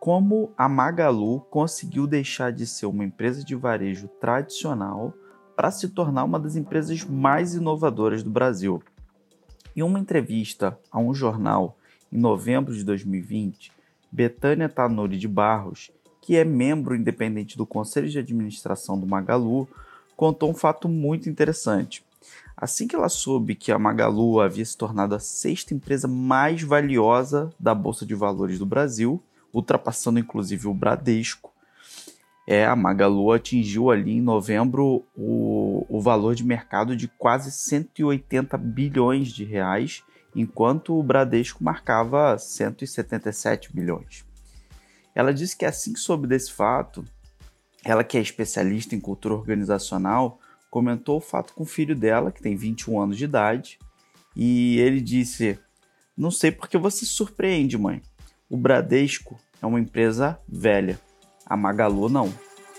como a Magalu conseguiu deixar de ser uma empresa de varejo tradicional para se tornar uma das empresas mais inovadoras do Brasil. Em uma entrevista a um jornal em novembro de 2020, Betânia Tanuri de Barros, que é membro independente do Conselho de Administração do Magalu, contou um fato muito interessante. Assim que ela soube que a Magalu havia se tornado a sexta empresa mais valiosa da Bolsa de Valores do Brasil, ultrapassando inclusive o Bradesco, a Magalu atingiu ali em novembro o valor de mercado de quase 180 bilhões de reais, enquanto o Bradesco marcava 177 bilhões. Ela disse que assim que soube desse fato, ela que é especialista em cultura organizacional, comentou o fato com o filho dela, que tem 21 anos de idade, e ele disse: "Não sei porque você se surpreende, mãe. O Bradesco é uma empresa velha, a Magalu não."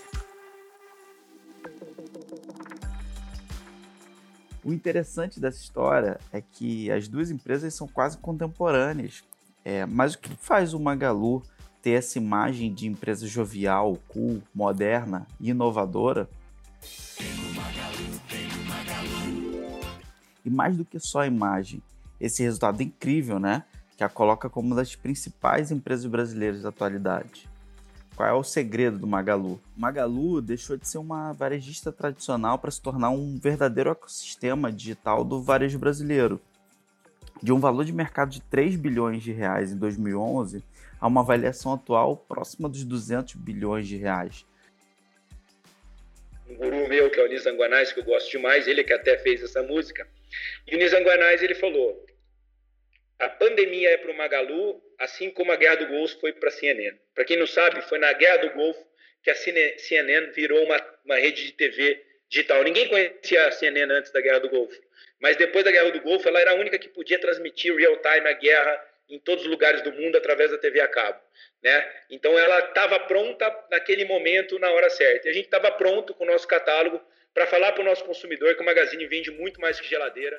O interessante dessa história é que as duas empresas são quase contemporâneas, mas o que faz o Magalu ter essa imagem de empresa jovial, cool, moderna e inovadora? E mais do que só a imagem, esse resultado incrível, né? Que a coloca como uma das principais empresas brasileiras da atualidade. Qual é o segredo do Magalu? Magalu deixou de ser uma varejista tradicional para se tornar um verdadeiro ecossistema digital do varejo brasileiro. De um valor de mercado de 3 bilhões de reais em 2011 a uma avaliação atual próxima dos 200 bilhões de reais. Um guru meu, que é o Nizam Guanais, que eu gosto demais, ele que até fez essa música. E o Nizam Guanais, ele falou: a pandemia é para o Magalu, assim como a Guerra do Golfo foi para a CNN. Para quem não sabe, foi na Guerra do Golfo que a CNN virou uma rede de TV digital. Ninguém conhecia a CNN antes da Guerra do Golfo, mas depois da Guerra do Golfo, ela era a única que podia transmitir real-time a guerra em todos os lugares do mundo através da TV a cabo, né? Então ela estava pronta naquele momento, na hora certa. E a gente estava pronto com o nosso catálogo para falar para o nosso consumidor que o Magazine vende muito mais que geladeira.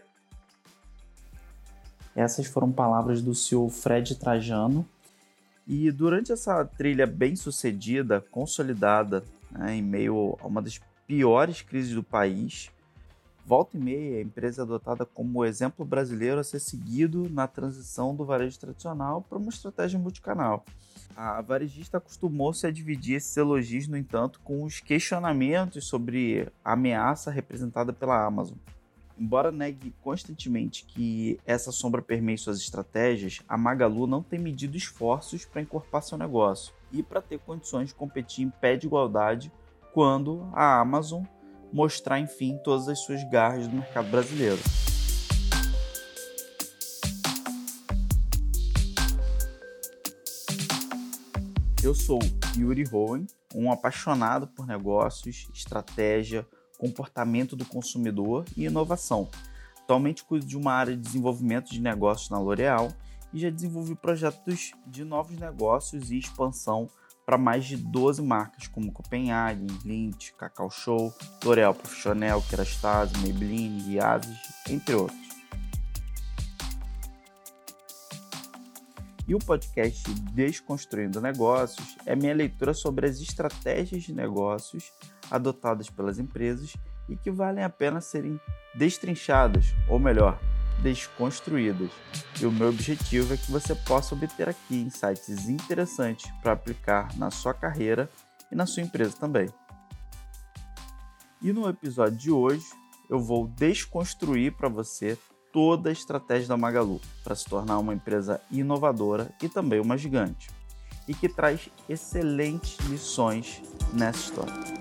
Essas foram palavras do CEO Fred Trajano. E durante essa trilha bem sucedida, consolidada, em meio a uma das piores crises do país, volta e meia a empresa é adotada como exemplo brasileiro a ser seguido na transição do varejo tradicional para uma estratégia multicanal. A varejista acostumou-se a dividir esses elogios, no entanto, com os questionamentos sobre a ameaça representada pela Amazon. Embora negue constantemente que essa sombra permeie suas estratégias, a Magalu não tem medido esforços para encorpar seu negócio e para ter condições de competir em pé de igualdade quando a Amazon mostrar, enfim, todas as suas garras no mercado brasileiro. Eu sou Yuri Hohen, um apaixonado por negócios, estratégia, comportamento do consumidor e inovação. Atualmente cuido de uma área de desenvolvimento de negócios na L'Oréal e já desenvolvi projetos de novos negócios e expansão para mais de 12 marcas, como Copenhagen, Lindt, Cacau Show, L'Oréal Professionnel, Kerastase, Maybelline, Viases, entre outros. E o podcast Desconstruindo Negócios é minha leitura sobre as estratégias de negócios adotadas pelas empresas e que valem a pena serem destrinchadas, ou melhor, desconstruídas. E o meu objetivo é que você possa obter aqui insights interessantes para aplicar na sua carreira e na sua empresa também. E no episódio de hoje, eu vou desconstruir para você toda a estratégia da Magalu para se tornar uma empresa inovadora e também uma gigante, e que traz excelentes lições nessa história.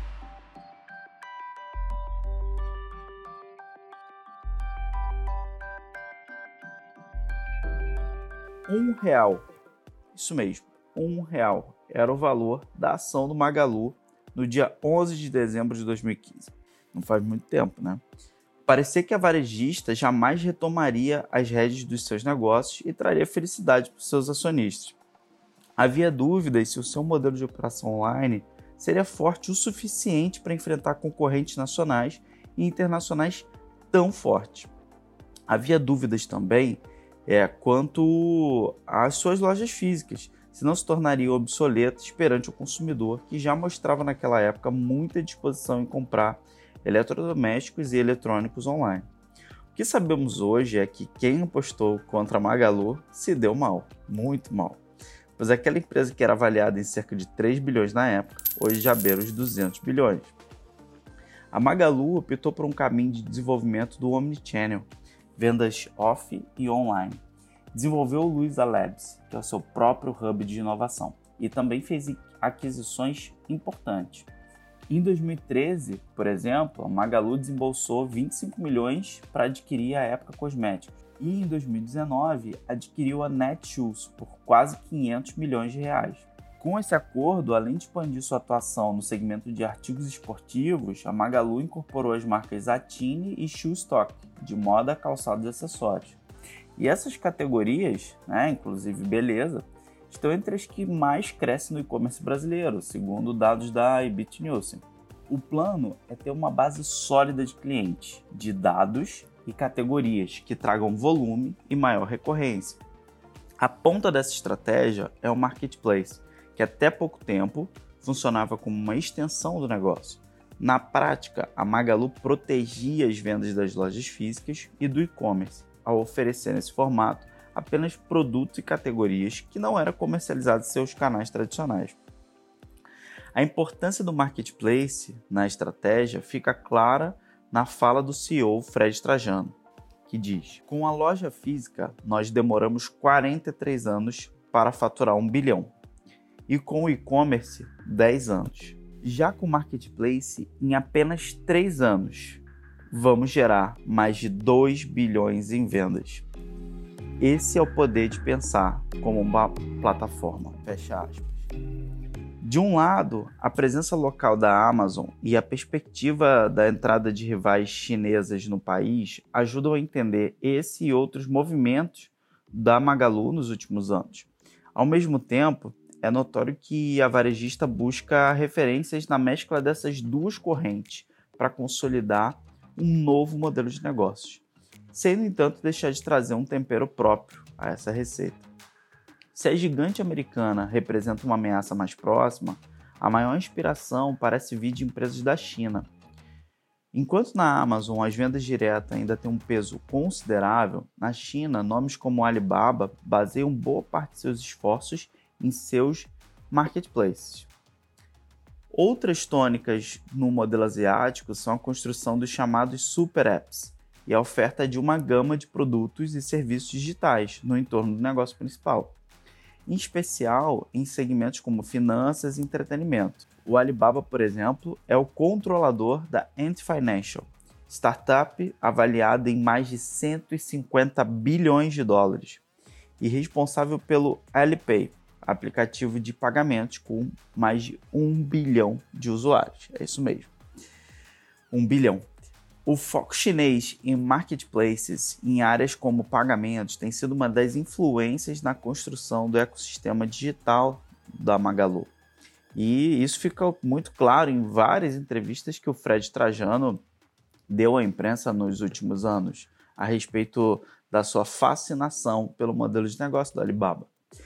R$1. Isso mesmo, R$1 era o valor da ação do Magalu no dia 11 de dezembro de 2015. Não faz muito tempo, né? Parecia que a varejista jamais retomaria as rédeas dos seus negócios e traria felicidade para os seus acionistas. Havia dúvidas se o seu modelo de operação online seria forte o suficiente para enfrentar concorrentes nacionais e internacionais tão fortes. Havia dúvidas também quanto às suas lojas físicas, senão se tornariam obsoletas perante o consumidor, que já mostrava naquela época muita disposição em comprar eletrodomésticos e eletrônicos online. O que sabemos hoje é que quem apostou contra a Magalu se deu mal, muito mal, pois aquela empresa que era avaliada em cerca de 3 bilhões na época, hoje já beira os 200 bilhões. A Magalu optou por um caminho de desenvolvimento do Omnichannel, vendas off e online. Desenvolveu o Luiza Labs, que é o seu próprio hub de inovação, e também fez aquisições importantes. Em 2013, por exemplo, a Magalu desembolsou 25 milhões para adquirir a Época Cosméticos, e em 2019 adquiriu a Netshoes por quase 500 milhões de reais. Com esse acordo, além de expandir sua atuação no segmento de artigos esportivos, a Magalu incorporou as marcas Zattini e Shoestock, de moda, calçados e acessórios. E essas categorias, inclusive beleza, estão entre as que mais crescem no e-commerce brasileiro, segundo dados da Ebit Nielsen. O plano é ter uma base sólida de clientes, de dados e categorias que tragam volume e maior recorrência. A ponta dessa estratégia é o Marketplace, que até pouco tempo funcionava como uma extensão do negócio. Na prática, a Magalu protegia as vendas das lojas físicas e do e-commerce, ao oferecer nesse formato apenas produtos e categorias que não eram comercializados em seus canais tradicionais. A importância do Marketplace na estratégia fica clara na fala do CEO Fred Trajano, que diz: com a loja física, nós demoramos 43 anos para faturar 1 bilhão, e com o e-commerce, 10 anos. Já com o Marketplace, em apenas 3 anos, vamos gerar mais de 2 bilhões em vendas. Esse é o poder de pensar como uma plataforma. Fecha aspas. De um lado, a presença local da Amazon e a perspectiva da entrada de rivais chinesas no país ajudam a entender esse e outros movimentos da Magalu nos últimos anos. Ao mesmo tempo, é notório que a varejista busca referências na mescla dessas duas correntes para consolidar um novo modelo de negócios, sem, no entanto, deixar de trazer um tempero próprio a essa receita. Se a gigante americana representa uma ameaça mais próxima, a maior inspiração parece vir de empresas da China. Enquanto na Amazon as vendas diretas ainda têm um peso considerável, na China, nomes como Alibaba baseiam boa parte de seus esforços em seus marketplaces. Outras tônicas no modelo asiático são a construção dos chamados super apps e a oferta de uma gama de produtos e serviços digitais no entorno do negócio principal, em especial em segmentos como finanças e entretenimento. O Alibaba, por exemplo, é o controlador da Ant Financial, startup avaliada em mais de 150 bilhões de dólares e responsável pelo Alipay, aplicativo de pagamentos com mais de 1 bilhão de usuários. É isso mesmo, 1 bilhão. O foco chinês em marketplaces em áreas como pagamentos tem sido uma das influências na construção do ecossistema digital da Magalu. E isso fica muito claro em várias entrevistas que o Fred Trajano deu à imprensa nos últimos anos, a respeito da sua fascinação pelo modelo de negócio da Alibaba.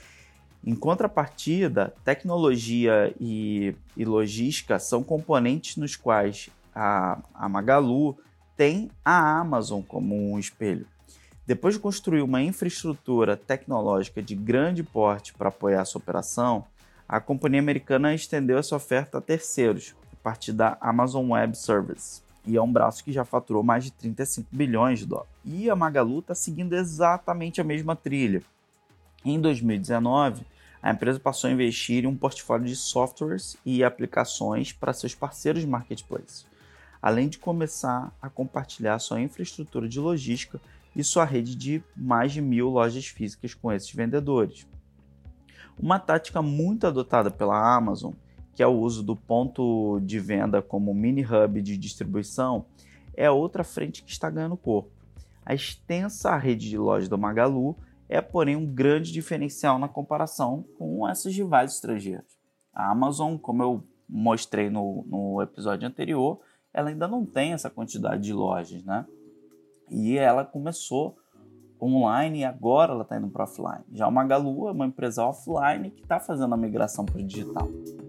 Em contrapartida, tecnologia e logística são componentes nos quais a Magalu tem a Amazon como um espelho. Depois de construir uma infraestrutura tecnológica de grande porte para apoiar sua operação, a companhia americana estendeu essa oferta a terceiros, a partir da Amazon Web Services, e é um braço que já faturou mais de 35 bilhões de dólares. E a Magalu está seguindo exatamente a mesma trilha. Em 2019, a empresa passou a investir em um portfólio de softwares e aplicações para seus parceiros de marketplace, além de começar a compartilhar sua infraestrutura de logística e sua rede de mais de 1.000 lojas físicas com esses vendedores. Uma tática muito adotada pela Amazon, que é o uso do ponto de venda como mini hub de distribuição, é outra frente que está ganhando corpo. A extensa rede de lojas da Magalu é, porém, um grande diferencial na comparação com essas rivais estrangeiras. A Amazon, como eu mostrei no episódio anterior, ela ainda não tem essa quantidade de lojas, né? E ela começou online e agora ela está indo para offline. Já a Magalu é uma empresa offline que está fazendo a migração para o digital.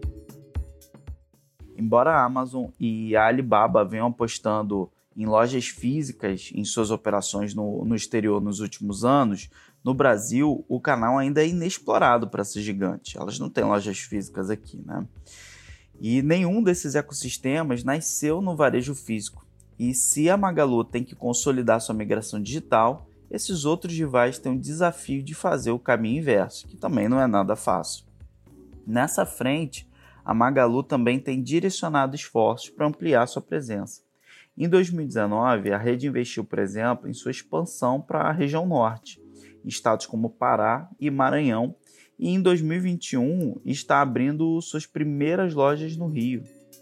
Embora a Amazon e a Alibaba venham apostando em lojas físicas em suas operações no exterior nos últimos anos, no Brasil o canal ainda é inexplorado para essas gigantes. Elas não têm lojas físicas aqui, né? E nenhum desses ecossistemas nasceu no varejo físico. E se a Magalu tem que consolidar sua migração digital, esses outros rivais têm o desafio de fazer o caminho inverso, que também não é nada fácil. Nessa frente, a Magalu também tem direcionado esforços para ampliar sua presença. Em 2019, a rede investiu, por exemplo, em sua expansão para a região norte, em estados como Pará e Maranhão, e em 2021 está abrindo suas primeiras lojas no Rio.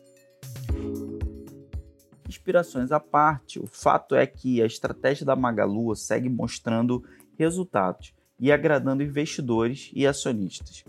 Inspirações à parte, o fato é que a estratégia da Magalu segue mostrando resultados e agradando investidores e acionistas.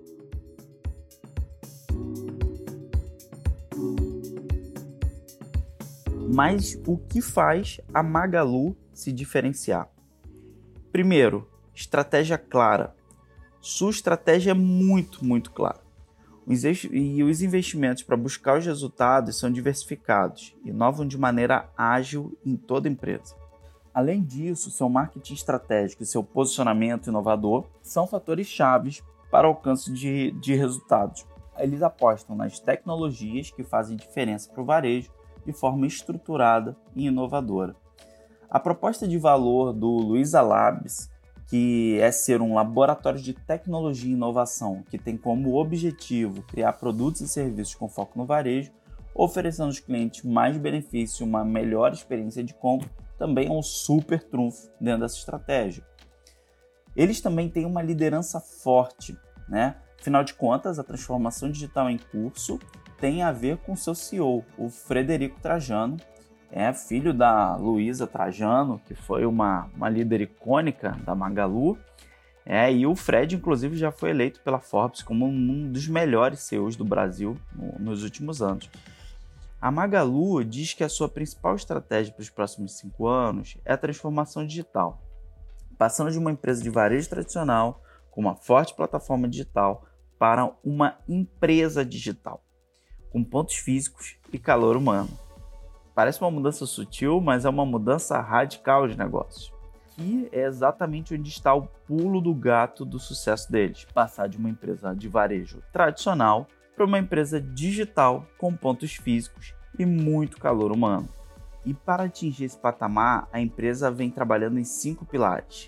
Mas o que faz a Magalu se diferenciar? Primeiro, estratégia clara. Sua estratégia é muito clara. E os investimentos para buscar os resultados são diversificados, inovam de maneira ágil em toda empresa. Além disso, seu marketing estratégico e seu posicionamento inovador são fatores chaves para o alcance de resultados. Eles apostam nas tecnologias que fazem diferença para o varejo de forma estruturada e inovadora. A proposta de valor do Luiza Labs, que é ser um laboratório de tecnologia e inovação que tem como objetivo criar produtos e serviços com foco no varejo, oferecendo aos clientes mais benefícios e uma melhor experiência de compra, também é um super trunfo dentro dessa estratégia. Eles também têm uma liderança forte, né? Afinal de contas, a transformação digital em curso tem a ver com seu CEO, o Frederico Trajano, filho da Luiza Trajano, que foi uma líder icônica da Magalu, e o Fred, inclusive, já foi eleito pela Forbes como um dos melhores CEOs do Brasil nos últimos anos. A Magalu diz que a sua principal estratégia para os próximos 5 anos é a transformação digital, passando de uma empresa de varejo tradicional com uma forte plataforma digital para uma empresa digital, com pontos físicos e calor humano. Parece uma mudança sutil, mas é uma mudança radical de negócios, que é exatamente onde está o pulo do gato do sucesso deles, passar de uma empresa de varejo tradicional para uma empresa digital com pontos físicos e muito calor humano. E para atingir esse patamar, a empresa vem trabalhando em 5 pilares.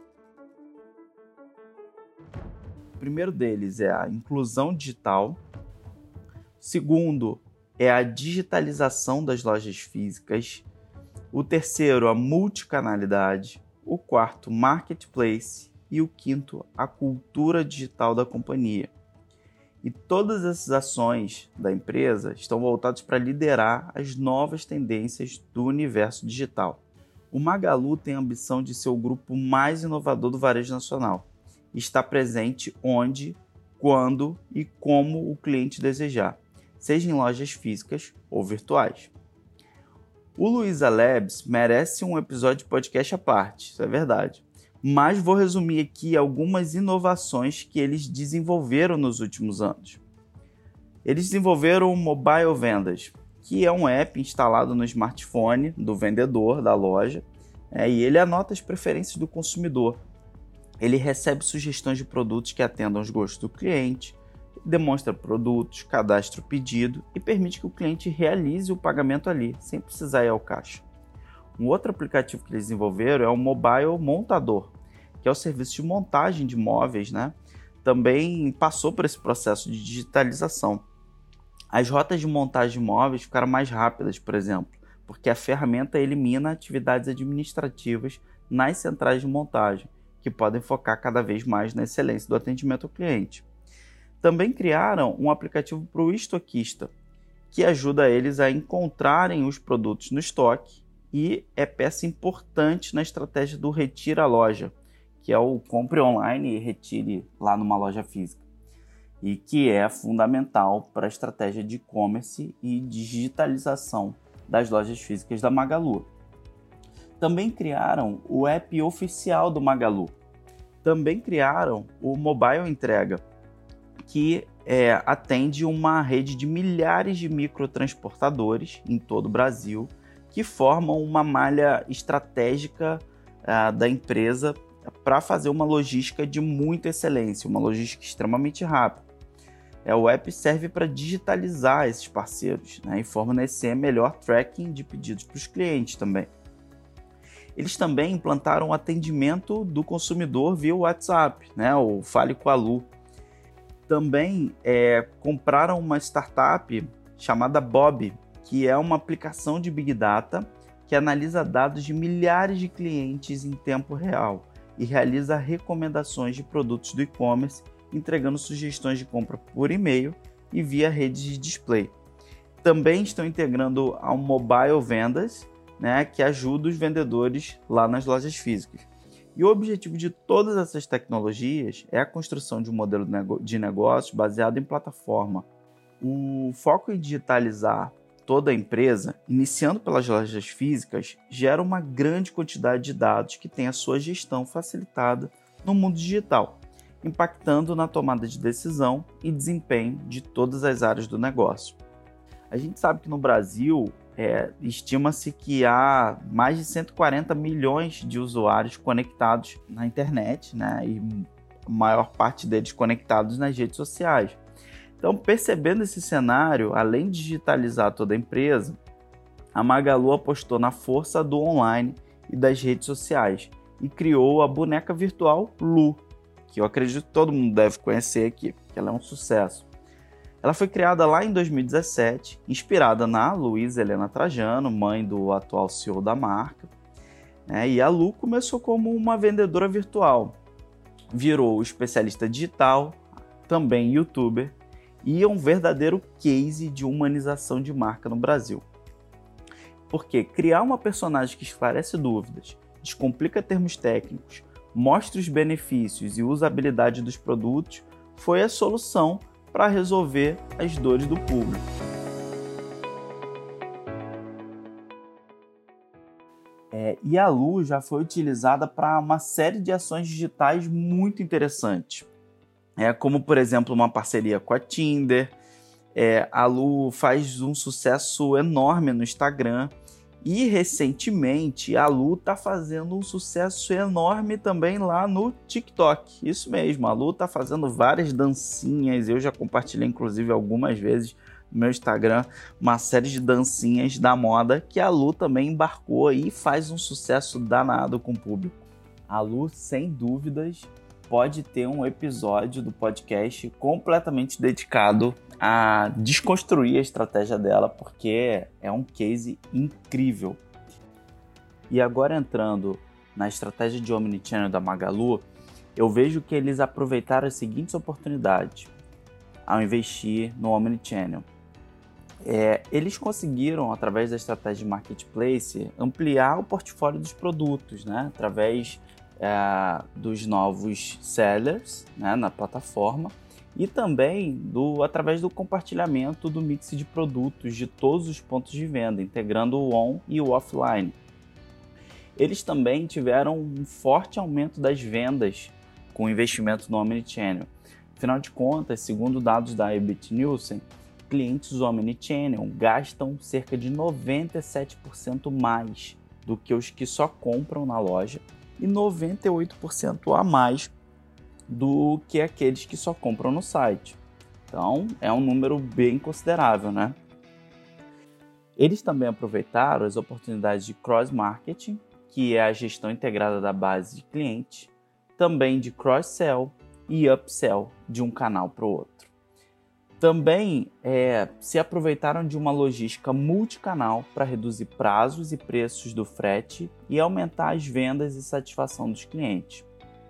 O primeiro deles é a inclusão digital. Segundo é a digitalização das lojas físicas. O terceiro, a multicanalidade. O quarto, marketplace. E o quinto, a cultura digital da companhia. E todas essas ações da empresa estão voltadas para liderar as novas tendências do universo digital. O Magalu tem a ambição de ser o grupo mais inovador do varejo nacional. E está presente onde, quando e como o cliente desejar, seja em lojas físicas ou virtuais. O Luiza Labs merece um episódio de podcast à parte, isso é verdade. Mas vou resumir aqui algumas inovações que eles desenvolveram nos últimos anos. Eles desenvolveram o Mobile Vendas, que é um app instalado no smartphone do vendedor da loja, e ele anota as preferências do consumidor. Ele recebe sugestões de produtos que atendam aos gostos do cliente, demonstra produtos, cadastra o pedido e permite que o cliente realize o pagamento ali, sem precisar ir ao caixa. Um outro aplicativo que eles desenvolveram é o Mobile Montador, que é o serviço de montagem de móveis, Também passou por esse processo de digitalização. As rotas de montagem de móveis ficaram mais rápidas, por exemplo, porque a ferramenta elimina atividades administrativas nas centrais de montagem, que podem focar cada vez mais na excelência do atendimento ao cliente. Também criaram um aplicativo para o estoquista, que ajuda eles a encontrarem os produtos no estoque e é peça importante na estratégia do Retira Loja, que é o compre online e retire lá numa loja física, e que é fundamental para a estratégia de e-commerce e digitalização das lojas físicas da Magalu. Também criaram o app oficial do Magalu. Também criaram o Mobile Entrega, que atende uma rede de milhares de microtransportadores em todo o Brasil, que formam uma malha estratégica da empresa para fazer uma logística de muita excelência, uma logística extremamente rápida. O app serve para digitalizar esses parceiros, né, e fornecer melhor tracking de pedidos para os clientes também. Eles também implantaram o atendimento do consumidor via WhatsApp, né, o Fale com a Lu. Também compraram uma startup chamada Bob, que é uma aplicação de Big Data que analisa dados de milhares de clientes em tempo real e realiza recomendações de produtos do e-commerce, entregando sugestões de compra por e-mail e via redes de display. Também estão integrando ao Mobile Vendas, né, que ajuda os vendedores lá nas lojas físicas. E o objetivo de todas essas tecnologias é a construção de um modelo de negócio baseado em plataforma. O foco em digitalizar toda a empresa, iniciando pelas lojas físicas, gera uma grande quantidade de dados que tem a sua gestão facilitada no mundo digital, impactando na tomada de decisão e desempenho de todas as áreas do negócio. A gente sabe que no Brasil, estima-se que há mais de 140 milhões de usuários conectados na internet, né, e a maior parte deles conectados nas redes sociais. Então, percebendo esse cenário, além de digitalizar toda a empresa, a Magalu apostou na força do online e das redes sociais e criou a boneca virtual Lu, que eu acredito que todo mundo deve conhecer aqui, porque ela é um sucesso. Ela foi criada lá em 2017, inspirada na Luísa Helena Trajano, mãe do atual CEO da marca. E a Lu começou como uma vendedora virtual, virou especialista digital, também youtuber, e é um verdadeiro case de humanização de marca no Brasil. Porque criar uma personagem que esclarece dúvidas, descomplica termos técnicos, mostra os benefícios e usabilidade dos produtos foi a solução para resolver as dores do público. E a Lu já foi utilizada para uma série de ações digitais muito interessantes. Como, por exemplo, uma parceria com a Tinder. A Lu faz um sucesso enorme no Instagram. E, recentemente, a Lu está fazendo um sucesso enorme também lá no TikTok. Isso mesmo, a Lu está fazendo várias dancinhas. Eu já compartilhei, inclusive, algumas vezes no meu Instagram, uma série de dancinhas da moda que a Lu também embarcou e faz um sucesso danado com o público. A Lu, sem dúvidas, pode ter um episódio do podcast completamente dedicado a desconstruir a estratégia dela, porque é um case incrível. E agora entrando na estratégia de Omnichannel da Magalu, eu vejo que eles aproveitaram as seguintes oportunidades ao investir no Omnichannel. Eles conseguiram, através da estratégia de Marketplace, ampliar o portfólio dos produtos, né? Através dos novos sellers, né, na plataforma, e também através do compartilhamento do mix de produtos de todos os pontos de venda, integrando o on e o offline. Eles também tiveram um forte aumento das vendas com o investimento no Omnichannel. Afinal de contas, segundo dados da Ebit Nielsen, clientes Omnichannel gastam cerca de 97% mais do que os que só compram na loja e 98% a mais do que aqueles que só compram no site. Então, é um número bem considerável, né? Eles também aproveitaram as oportunidades de cross-marketing, que é a gestão integrada da base de clientes, também de cross-sell e upsell de um canal para o outro. Também se aproveitaram de uma logística multicanal para reduzir prazos e preços do frete e aumentar as vendas e satisfação dos clientes.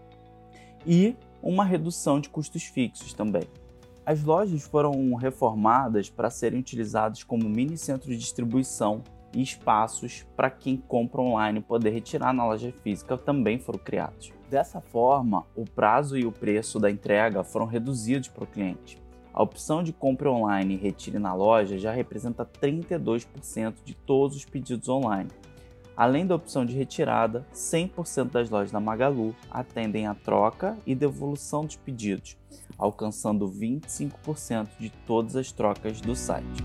E uma redução de custos fixos também. As lojas foram reformadas para serem utilizadas como mini centros de distribuição e espaços para quem compra online poder retirar na loja física também foram criados. Dessa forma, o prazo e o preço da entrega foram reduzidos para o cliente. A opção de compra online e retire na loja já representa 32% de todos os pedidos online. Além da opção de retirada, 100% das lojas da Magalu atendem a troca e devolução dos pedidos, alcançando 25% de todas as trocas do site.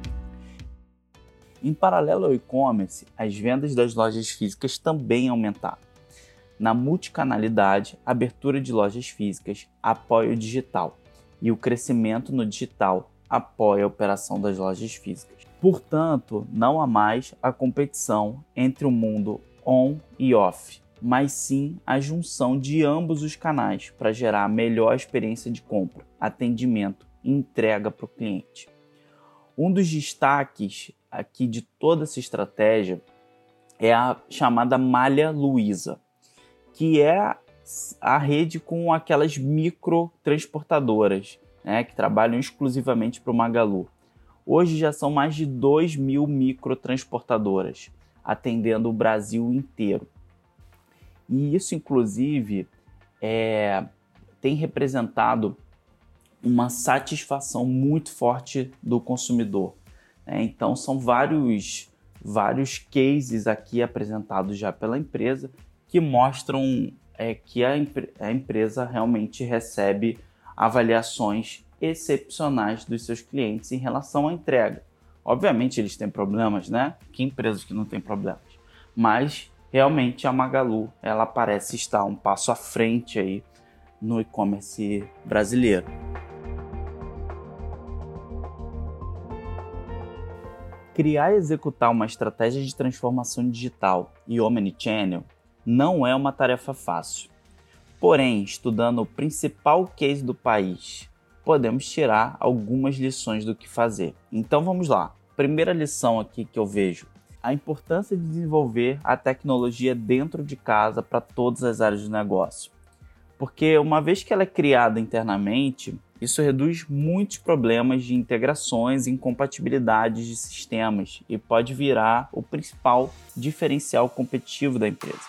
Em paralelo ao e-commerce, as vendas das lojas físicas também aumentaram. Na multicanalidade, a abertura de lojas físicas apoia o digital e o crescimento no digital apoia a operação das lojas físicas. Portanto, não há mais a competição entre o mundo on e off, mas sim a junção de ambos os canais para gerar a melhor experiência de compra, atendimento e entrega para o cliente. Um dos destaques aqui de toda essa estratégia é a chamada Malha Luiza, que é a rede com aquelas micro transportadoras, que trabalham exclusivamente para o Magalu. Hoje já são mais de 2.000 microtransportadoras, atendendo o Brasil inteiro. E isso, inclusive, tem representado uma satisfação muito forte do consumidor. Então, são vários cases aqui apresentados já pela empresa que mostram que a empresa realmente recebe avaliações excepcionais dos seus clientes em relação à entrega. Obviamente eles têm problemas, né? Que empresas que não têm problemas? Mas realmente a Magalu, ela parece estar um passo à frente aí no e-commerce brasileiro. Criar e executar uma estratégia de transformação digital e omnichannel não é uma tarefa fácil. Porém, estudando o principal case do país, podemos tirar algumas lições do que fazer. Então vamos lá. Primeira lição aqui que eu vejo: a importância de desenvolver a tecnologia dentro de casa para todas as áreas do negócio. Porque uma vez que ela é criada internamente, isso reduz muitos problemas de integrações e incompatibilidades de sistemas e pode virar o principal diferencial competitivo da empresa.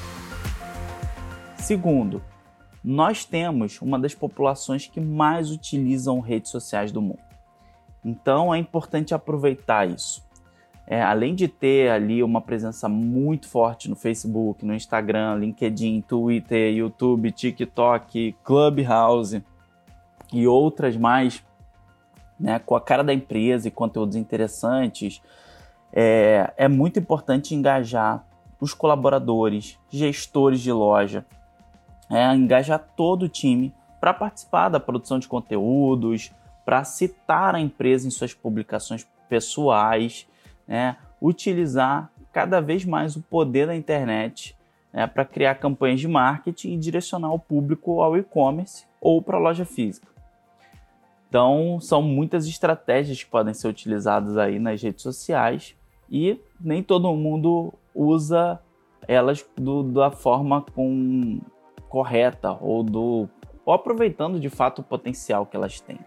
Segundo, nós temos uma das populações que mais utilizam redes sociais do mundo. Então é importante aproveitar isso. Além de ter ali uma presença muito forte no Facebook, no Instagram, LinkedIn, Twitter, YouTube, TikTok, Clubhouse e outras mais, com a cara da empresa e conteúdos interessantes, é muito importante engajar os colaboradores, gestores de loja, engajar todo o time para participar da produção de conteúdos, para citar a empresa em suas publicações pessoais, utilizar cada vez mais o poder da internet para criar campanhas de marketing e direcionar o público ao e-commerce ou para a loja física. Então, são muitas estratégias que podem ser utilizadas aí nas redes sociais e nem todo mundo usa elas da forma correta ou aproveitando de fato o potencial que elas têm,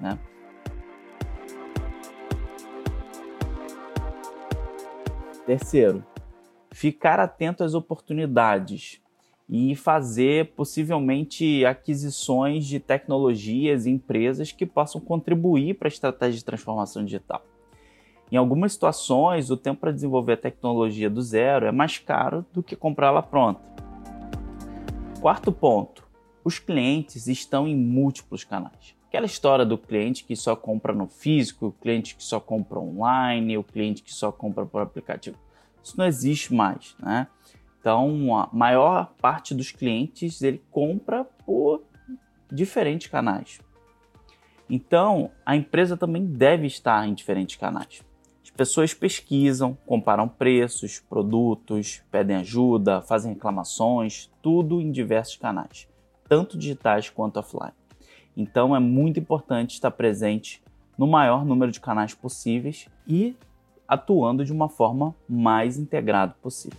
Terceiro, ficar atento às oportunidades e fazer possivelmente aquisições de tecnologias e empresas que possam contribuir para a estratégia de transformação digital. Em algumas situações, o tempo para desenvolver a tecnologia do zero é mais caro do que comprá-la pronta. Quarto ponto, os clientes estão em múltiplos canais. Aquela história do cliente que só compra no físico, o cliente que só compra online, o cliente que só compra por aplicativo. Isso não existe mais, Então, a maior parte dos clientes, ele compra por diferentes canais. Então, a empresa também deve estar em diferentes canais. As pessoas pesquisam, comparam preços, produtos, pedem ajuda, fazem reclamações, tudo em diversos canais, tanto digitais quanto offline. Então, é muito importante estar presente no maior número de canais possíveis e atuando de uma forma mais integrada possível.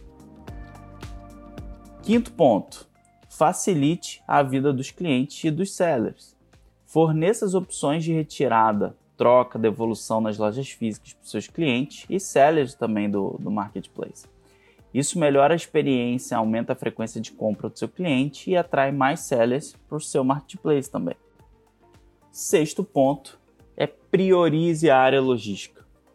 Quinto ponto, facilite a vida dos clientes e dos sellers. Forneça as opções de retirada, troca, devolução nas lojas físicas para os seus clientes e sellers também do marketplace. Isso melhora a experiência, aumenta a frequência de compra do seu cliente e atrai mais sellers para o seu marketplace também. Sexto ponto é priorize a área logística.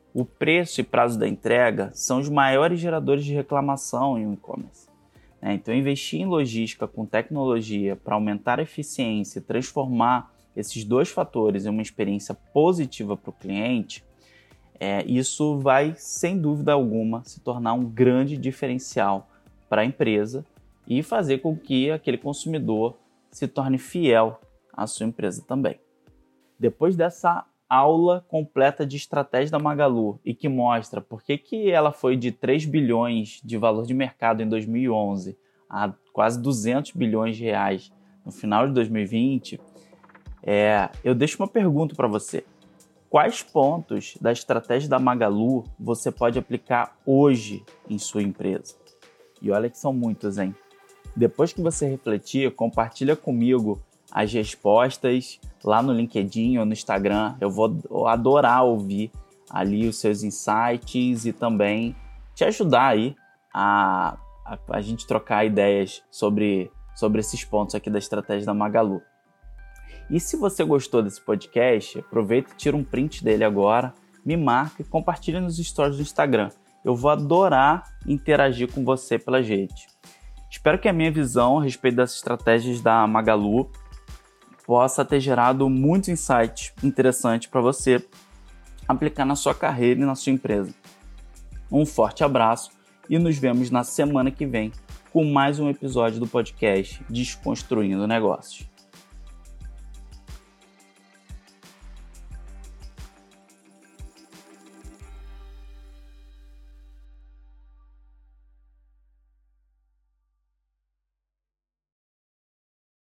O preço e prazo da entrega são os maiores geradores de reclamação em um e-commerce. Então, investir em logística com tecnologia para aumentar a eficiência e transformar esses dois fatores em uma experiência positiva para o cliente, isso vai, sem dúvida alguma, se tornar um grande diferencial para a empresa e fazer com que aquele consumidor se torne fiel à sua empresa também. Depois dessa aula completa de estratégia da Magalu e que mostra por que ela foi de 3 bilhões de valor de mercado em 2011 a quase 200 bilhões de reais no final de 2020, eu deixo uma pergunta para você. Quais pontos da estratégia da Magalu você pode aplicar hoje em sua empresa? E olha que são muitos, hein? Depois que você refletir, compartilha comigo as respostas lá no LinkedIn ou no Instagram. Eu vou adorar ouvir ali os seus insights e também te ajudar aí a gente trocar ideias sobre esses pontos aqui da estratégia da Magalu. E se você gostou desse podcast, aproveita e tira um print dele agora, me marca e compartilha nos stories do Instagram. Eu vou adorar interagir com você pelas redes. Espero que a minha visão a respeito das estratégias da Magalu possa ter gerado muitos insights interessantes para você aplicar na sua carreira e na sua empresa. Um forte abraço e nos vemos na semana que vem com mais um episódio do podcast Desconstruindo Negócios.